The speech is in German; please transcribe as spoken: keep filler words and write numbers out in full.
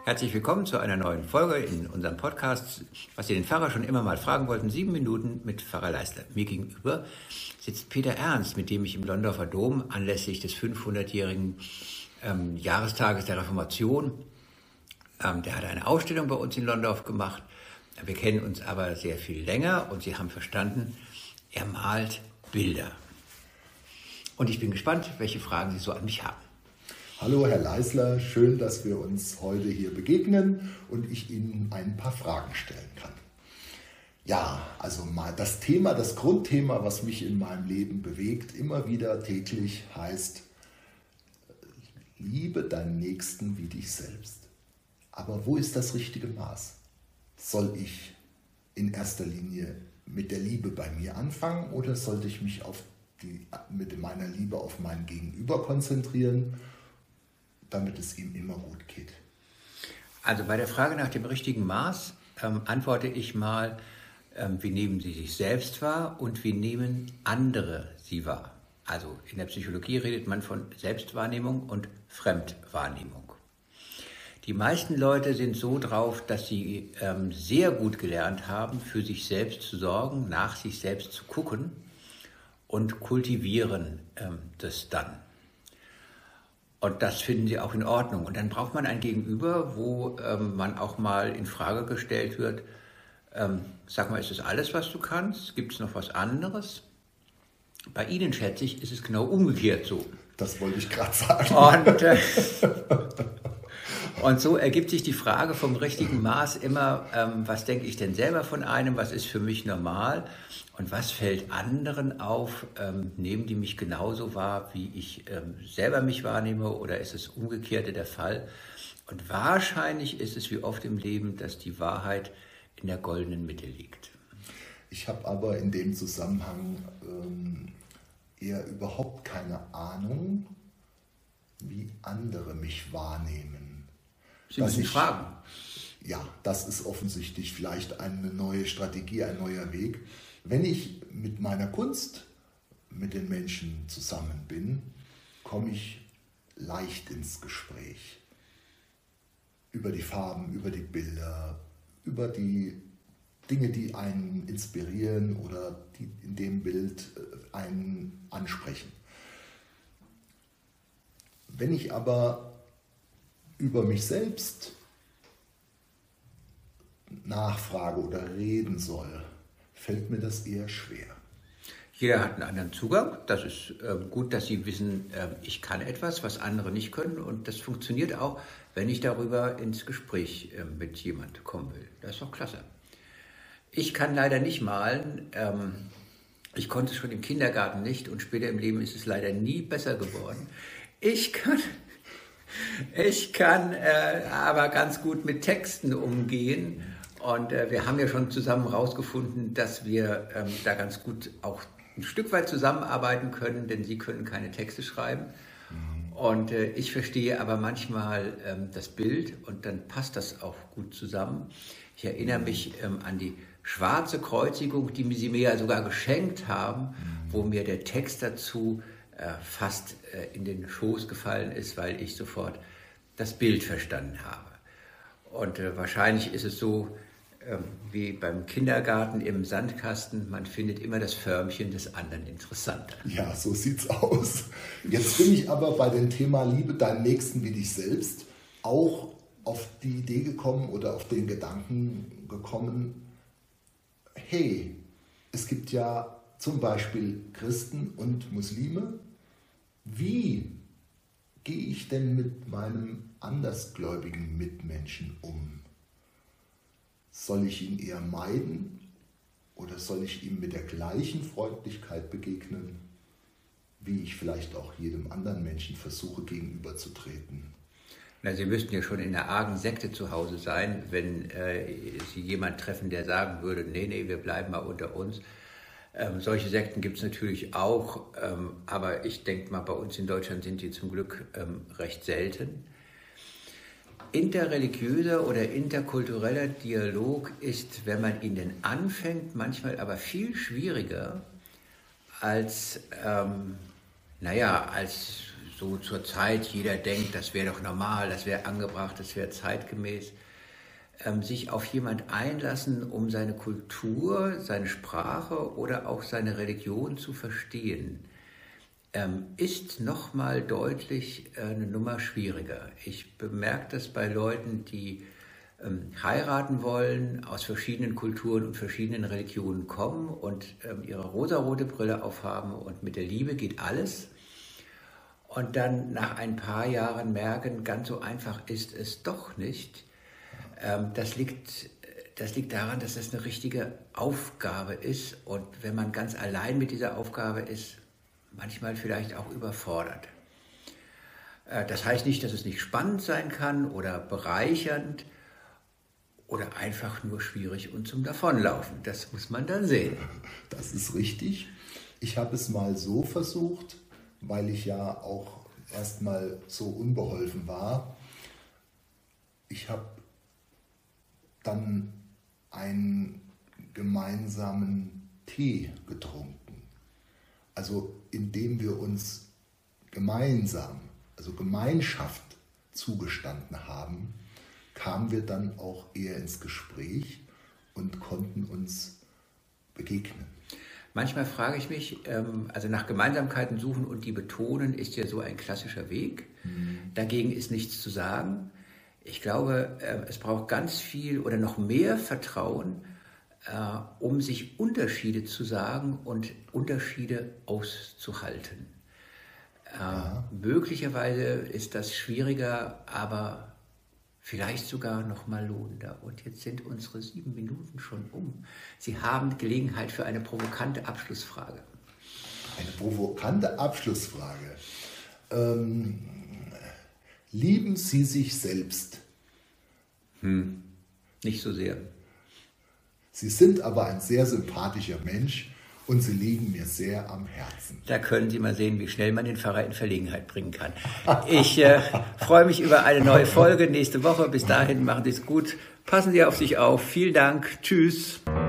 Herzlich willkommen zu einer neuen Folge in unserem Podcast, was Sie den Pfarrer schon immer mal fragen wollten, sieben Minuten mit Pfarrer Leisler. Mir gegenüber sitzt Peter Ernst, mit dem ich im Londorfer Dom anlässlich des fünfhundertjährigen ähm, Jahrestages der Reformation, ähm, der hat eine Ausstellung bei uns in Londorf gemacht. Wir kennen uns aber sehr viel länger und Sie haben verstanden, er malt Bilder. Und ich bin gespannt, welche Fragen Sie so an mich haben. Hallo Herr Leisler, schön, dass wir uns heute hier begegnen und ich Ihnen ein paar Fragen stellen kann. Ja, also mal das Thema, das Grundthema, was mich in meinem Leben bewegt, immer wieder täglich heißt, liebe deinen Nächsten wie dich selbst. Aber wo ist das richtige Maß? Soll ich in erster Linie mit der Liebe bei mir anfangen oder sollte ich mich auf die, mit meiner Liebe auf mein Gegenüber konzentrieren, damit es ihm immer gut geht? Also bei der Frage nach dem richtigen Maß ähm, antworte ich mal, ähm, wie nehmen Sie sich selbst wahr und wie nehmen andere Sie wahr? Also in der Psychologie redet man von Selbstwahrnehmung und Fremdwahrnehmung. Die meisten Leute sind so drauf, dass sie ähm, sehr gut gelernt haben, für sich selbst zu sorgen, nach sich selbst zu gucken und kultivieren ähm, das dann. Und das finden sie auch in Ordnung. Und dann braucht man ein Gegenüber, wo ähm, man auch mal in Frage gestellt wird, ähm, sag mal, ist das alles, was du kannst? Gibt es noch was anderes? Bei Ihnen, schätze ich, ist es genau umgekehrt so. Das wollte ich gerade sagen. Und, äh, und so ergibt sich die Frage vom richtigen Maß immer, ähm, was denke ich denn selber von einem, was ist für mich normal und was fällt anderen auf, ähm, nehmen die mich genauso wahr, wie ich ähm, selber mich wahrnehme oder ist es umgekehrte der Fall? Und wahrscheinlich ist es wie oft im Leben, dass die Wahrheit in der goldenen Mitte liegt. Ich habe aber in dem Zusammenhang ähm, eher überhaupt keine Ahnung, wie andere mich wahrnehmen. Sie müssen ich, fragen. Ja, das ist offensichtlich vielleicht eine neue Strategie, ein neuer Weg. Wenn ich mit meiner Kunst mit den Menschen zusammen bin, komme ich leicht ins Gespräch. Über die Farben, über die Bilder, über die Dinge, die einen inspirieren oder die in dem Bild einen ansprechen. Wenn ich aber über mich selbst nachfrage oder reden soll, fällt mir das eher schwer. Jeder hat einen anderen Zugang. Das ist äh, gut, dass Sie wissen, äh, ich kann etwas, was andere nicht können. Und das funktioniert auch, wenn ich darüber ins Gespräch äh, mit jemandem kommen will. Das ist doch klasse. Ich kann leider nicht malen. Ähm, ich konnte es schon im Kindergarten nicht und später im Leben ist es leider nie besser geworden. Ich kann, ich kann äh, aber ganz gut mit Texten umgehen. Und äh, wir haben ja schon zusammen herausgefunden, dass wir ähm, da ganz gut auch ein Stück weit zusammenarbeiten können, denn Sie können keine Texte schreiben. Mhm. Und äh, ich verstehe aber manchmal ähm, das Bild und dann passt das auch gut zusammen. Ich erinnere mich ähm, an die schwarze Kreuzigung, die Sie mir ja sogar geschenkt haben, mhm. wo mir der Text dazu äh, fast äh, in den Schoß gefallen ist, weil ich sofort das Bild verstanden habe. Und äh, wahrscheinlich ist es so, wie beim Kindergarten im Sandkasten, man findet immer das Förmchen des anderen interessanter. Ja, so sieht's aus. Jetzt bin ich aber bei dem Thema Liebe deinen Nächsten wie dich selbst auch auf die Idee gekommen oder auf den Gedanken gekommen, hey, es gibt ja zum Beispiel Christen und Muslime. Wie gehe ich denn mit meinem andersgläubigen Mitmenschen um? Soll ich ihn eher meiden oder soll ich ihm mit der gleichen Freundlichkeit begegnen, wie ich vielleicht auch jedem anderen Menschen versuche gegenüberzutreten? Na, Sie müssten ja schon in der argen Sekte zu Hause sein, wenn äh, Sie jemanden treffen, der sagen würde, nee, nee, wir bleiben mal unter uns. Ähm, solche Sekten gibt es natürlich auch, ähm, aber ich denke mal, bei uns in Deutschland sind die zum Glück ähm, recht selten. Interreligiöser oder interkultureller Dialog ist, wenn man ihn denn anfängt, manchmal aber viel schwieriger als, ähm, naja, als so zur Zeit jeder denkt, das wäre doch normal, das wäre angebracht, das wäre zeitgemäß. Ähm, sich auf jemand einlassen, um seine Kultur, seine Sprache oder auch seine Religion zu verstehen, ähm, ist nochmal deutlich äh, eine Nummer schwieriger. Ich bemerke das bei Leuten, die ähm, heiraten wollen, aus verschiedenen Kulturen und verschiedenen Religionen kommen und ähm, ihre rosarote Brille aufhaben und mit der Liebe geht alles. Und dann nach ein paar Jahren merken, ganz so einfach ist es doch nicht. Das liegt, das liegt daran, dass es eine richtige Aufgabe ist und wenn man ganz allein mit dieser Aufgabe ist, manchmal vielleicht auch überfordert. Das heißt nicht, dass es nicht spannend sein kann oder bereichernd oder einfach nur schwierig und zum Davonlaufen. Das muss man dann sehen. Das ist richtig. Ich habe es mal so versucht, weil ich ja auch erstmal so unbeholfen war. Ich habe dann einen gemeinsamen Tee getrunken. Also indem wir uns gemeinsam, also Gemeinschaft zugestanden haben, kamen wir dann auch eher ins Gespräch und konnten uns begegnen. Manchmal frage ich mich, also nach Gemeinsamkeiten suchen und die betonen, ist ja so ein klassischer Weg. Mhm. Dagegen ist nichts zu sagen. Ich glaube, es braucht ganz viel oder noch mehr Vertrauen, um sich Unterschiede zu sagen und Unterschiede auszuhalten. Ja. Möglicherweise ist das schwieriger, aber vielleicht sogar noch mal lohnender. Und jetzt sind unsere sieben Minuten schon um. Sie haben Gelegenheit für eine provokante Abschlussfrage. Eine provokante Abschlussfrage. Ähm, lieben Sie sich selbst? Hm, nicht so sehr. Sie sind aber ein sehr sympathischer Mensch und Sie liegen mir sehr am Herzen. Da können Sie mal sehen, wie schnell man den Pfarrer in Verlegenheit bringen kann. Ich äh, freue mich über eine neue Folge nächste Woche. Bis dahin machen Sie es gut. Passen Sie auf sich auf. Vielen Dank. Tschüss.